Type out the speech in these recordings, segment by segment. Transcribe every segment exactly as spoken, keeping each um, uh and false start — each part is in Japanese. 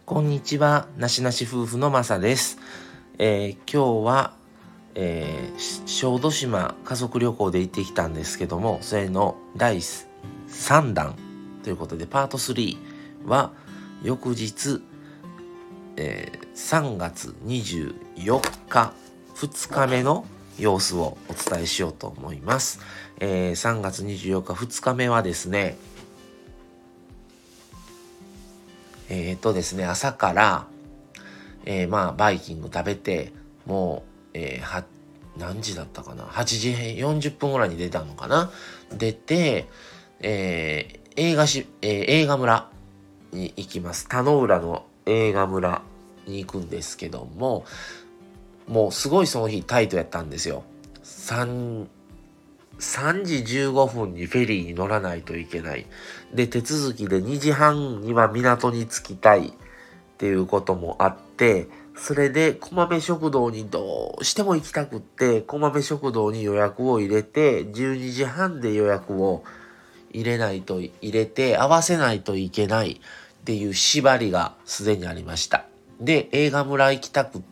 こんにちは、なしなし夫婦のまさです。えー、今日は、えー、小豆島家族旅行で行ってきたんですけども、それのだいさんだんということでパートスリーは翌日、えー、さんがつにじゅうよっかふつかめの様子をお伝えしようと思います。えー、さんがつにじゅうよっかふつかめはですねえーとですね朝からえー、まあバイキング食べてもう、えー、は何時だったかなはちじよんじゅっぷんぐらいに出たのかな。出て、えー、映画し、えー、映画村に行きます。田野浦の映画村に行くんですけども、もうすごいその日タイトやったんですよ。3 3時じゅうごふんにフェリーに乗らないといけない。で、手続きでにじはんには港に着きたいっていうこともあって、それでこまめ食堂にどうしても行きたくって、こまめ食堂に予約を入れて、じゅうにじはんで予約を入れないと、入れて合わせないといけないっていう縛りがすでにありました。で、映画村行きたくって、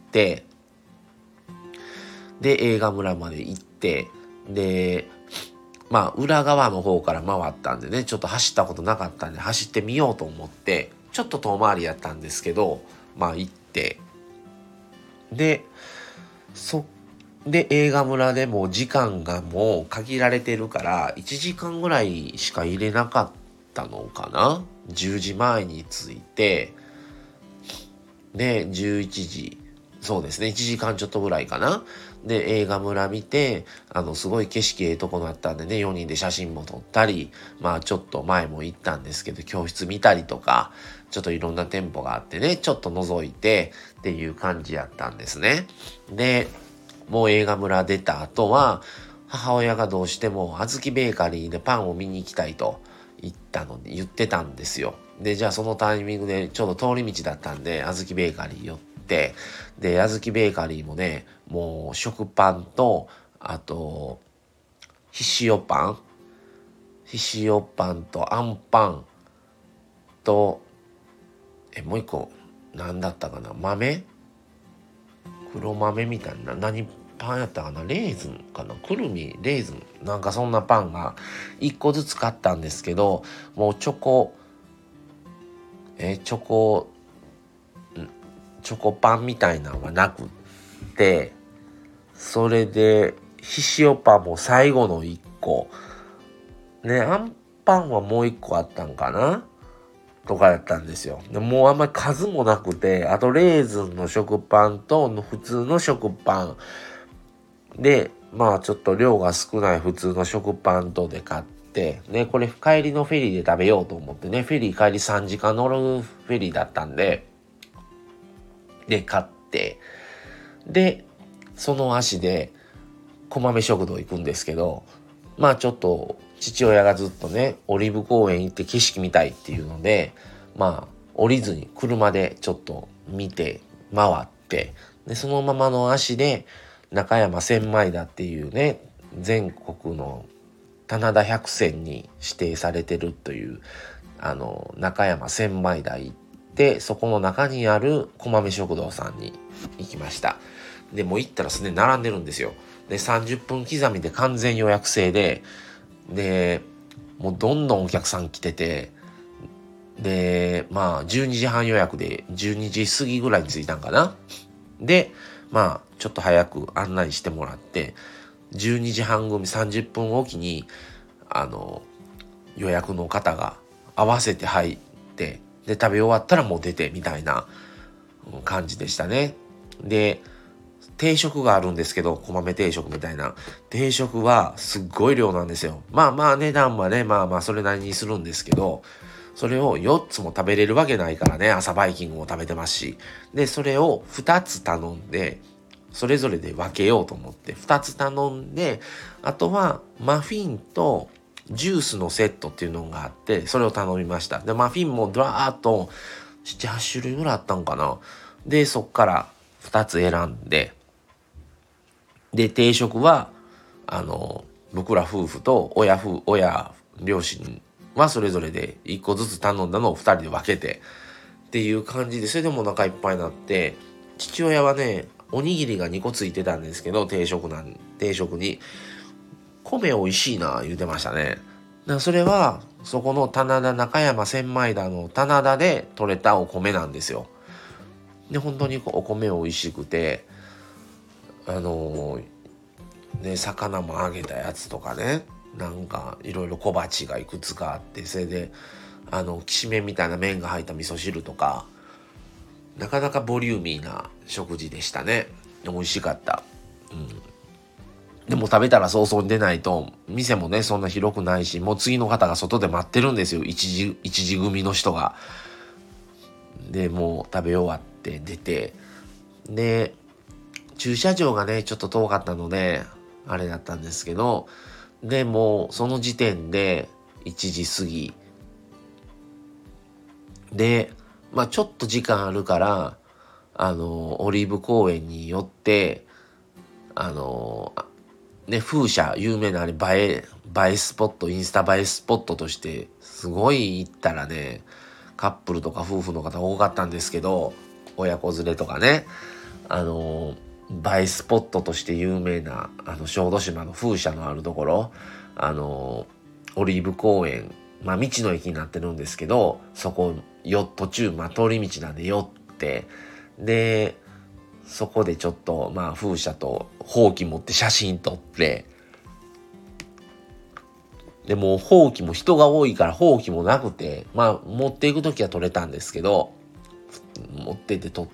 で、映画村まで行って、で、まあ、裏側の方から回ったんでね、ちょっと走ったことなかったんで、走ってみようと思って、ちょっと遠回りやったんですけど、まあ行って、で、そ、で、映画村でもう時間がもう限られてるから、いちじかんぐらいしか入れなかったのかな ?じゅうじまえに着いて、で、じゅういちじ、そうですね、いちじかんちょっとぐらいかな。で、映画村見て、あの、すごい景色ええとこだったんでね、よにんで写真も撮ったり、まあちょっと前も行ったんですけど、教室見たりとか、ちょっといろんな店舗があってね、ちょっと覗いてっていう感じやったんですね。で、もう映画村出た後は、母親がどうしても、あずきベーカリーでパンを見に行きたいと言ったので、言ってたんですよ。で、じゃあそのタイミングでちょうど通り道だったんで、あずきベーカリー寄って、で、あずきベーカリーもね、もう食パンと、あと、ひしおパンひしおパンとあんパンと、え、もう一個、なんだったかな豆黒豆みたいな、何パンやったかなレーズンかなくるみレーズンなんかそんなパンがいっこずつ買ったんですけど、もうチョコ、え、チョコ、チョコパンみたいなのがなくって、それで、ひしおパンも最後のいっこ。ね、あんパンはもういっこあったんかなとかやったんですよ。でもうあんまり数もなくて、あとレーズンの食パンと普通の食パンで、まあちょっと量が少ない普通の食パンとで買って、ね、これ帰りのフェリーで食べようと思ってね、フェリー帰りさんじかん乗るフェリーだったんで、で、買って、で、その足で、こまめ食堂行くんですけど、まあちょっと父親がずっとね、オリーブ公園行って景色見たいっていうので、まあ降りずに車でちょっと見て回って、で、そのままの足で中山千枚田っていうね、全国の棚田百選に指定されてるという、あの、中山千枚田行って、そこの中にあるこまめ食堂さんに行きました。で、もう行ったらすでに並んでるんですよ。で、さんじゅっぷん刻みで完全予約制で、で、もうどんどんお客さん来てて、で、まあ、じゅうにじはん予約でじゅうにじ過ぎぐらいに着いたんかな。で、まあ、ちょっと早く案内してもらって、じゅうにじはん組さんじゅっぷんおきに、あの、予約の方が合わせて入って、で、食べ終わったらもう出てみたいな感じでしたね。で、定食があるんですけど、こまめ定食みたいな。定食はすっごい量なんですよ。まあまあ値段はね、まあまあそれなりにするんですけど、それをよっつも食べれるわけないからね、朝バイキングも食べてますし。で、それをふたつ頼んで、それぞれで分けようと思って、ふたつ頼んで、あとはマフィンとジュースのセットっていうのがあって、それを頼みました。で、マフィンもドラーっとなな、はち種類ぐらいあったんかな。で、そっからふたつ選んで、で、定食は、あの、僕ら夫婦と親夫、親、両親はそれぞれでいっこずつ頼んだのをふたりで分けてっっていう感じで、それでもお腹いっぱいになって、父親はねおにぎりがにこついてたんですけど、定食なん定食に米美味しいな言うてましたね。だからそれはそこの棚田、中山千枚田の棚田で採れたお米なんですよ。で本当にお米美味しくて、あのー、ね魚も揚げたやつとかね、なんかいろいろ小鉢がいくつかあって、それであのきしめんみたいな麺が入った味噌汁とか、なかなかボリューミーな食事でしたね。美味しかった。うん。でも食べたら早々に出ないと、店もねそんな広くないし、もう次の方が外で待ってるんですよ。一時一時組の人が。でもう食べ終わって出て、で駐車場がねちょっと遠かったのであれだったんですけど、でもうその時点でいちじ過ぎで、まあちょっと時間あるからあのオリーブ公園に寄って、あのね風車、有名なあれ映え映えスポット、インスタ映えスポットとしてすごい行ったらね、カップルとか夫婦の方多かったんですけど、親子連れとかね、あの映えスポットとして有名なあの小豆島の風車のあるところ、あのオリーブ公園、まあ道の駅になってるんですけど、そこよ途中、まあ通り道なんで寄って、でそこでちょっとまあ風車とほうき持って写真撮って、でもほうきも人が多いからほうきもなくて、まあ持っていくときは撮れたんですけど、持ってって撮って、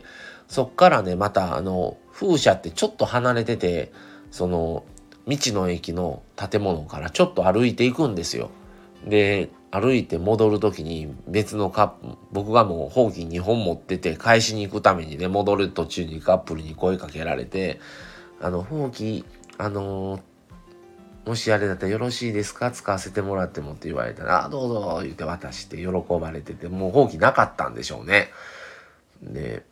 そっからねまたあの風車ってちょっと離れてて、その道の駅の建物からちょっと歩いていくんですよ。で歩いて戻るときに別のカップ、僕がもうほうきにほん持ってて返しに行くためにね、戻る途中にカップルに声かけられて、あのほうきあのー、もしあれだったらよろしいですか、使わせてもらってもって言われたら、あどうぞ言って渡して喜ばれてて、もうほうきなかったんでしょうね。で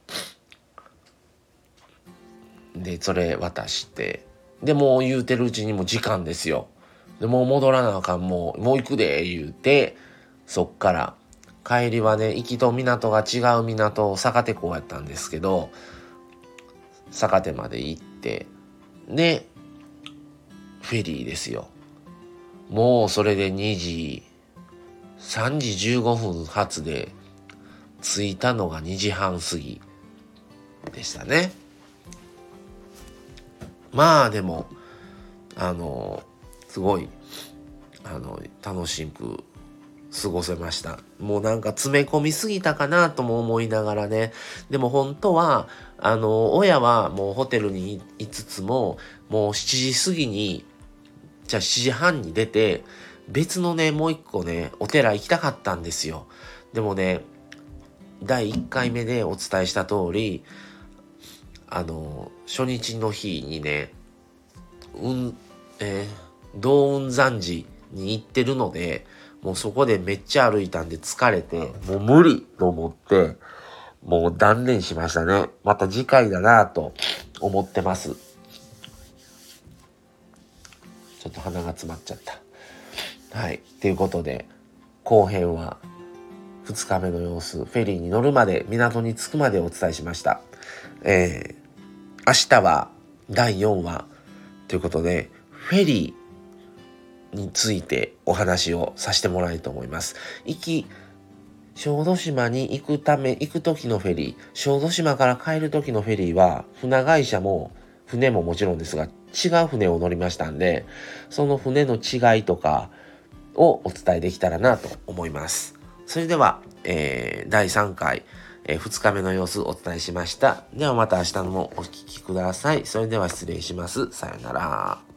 でそれ渡して、でもう言うてるうちにも時間ですよ。でもう戻らなあかん、もうもう行くで言うて、そっから帰りはね、行きと港が違う港、坂手港やったんですけど、坂手まで行って、でフェリーですよ。もうそれでにじさんじじゅうごふん発で着いたのがにじはん過ぎでしたね。まあでもあのすごいあの楽しく過ごせました。もうなんか詰め込みすぎたかなとも思いながらね。でも本当はあの親はもうホテルにいつつも、もうしちじ過ぎに、じゃあしちじはんに出て、別のねもう一個ねお寺行きたかったんですよ。でもねだいいっかいめでお伝えした通り、あの初日の日にね、うん、えー、道雲山寺に行ってるので、もうそこでめっちゃ歩いたんで疲れて、もう無理と思ってもう断念しましたね。また次回だなと思ってます。ちょっと鼻が詰まっちゃった。はい、ということで後編はふつかめの様子、フェリーに乗るまで、港に着くまでお伝えしました。えー、明日はだいよんわということで、フェリーについてお話をさせてもらいたいと思います。行き小豆島に行くため行く時のフェリー、小豆島から帰る時のフェリーは船会社も船ももちろんですが違う船を乗りましたんで、その船の違いとかをお伝えできたらなと思います。それでは、えー、だいさんかい、えー、ふつかめの様子をお伝えしました。ではまた明日もお聞きください。それでは失礼します。さよなら。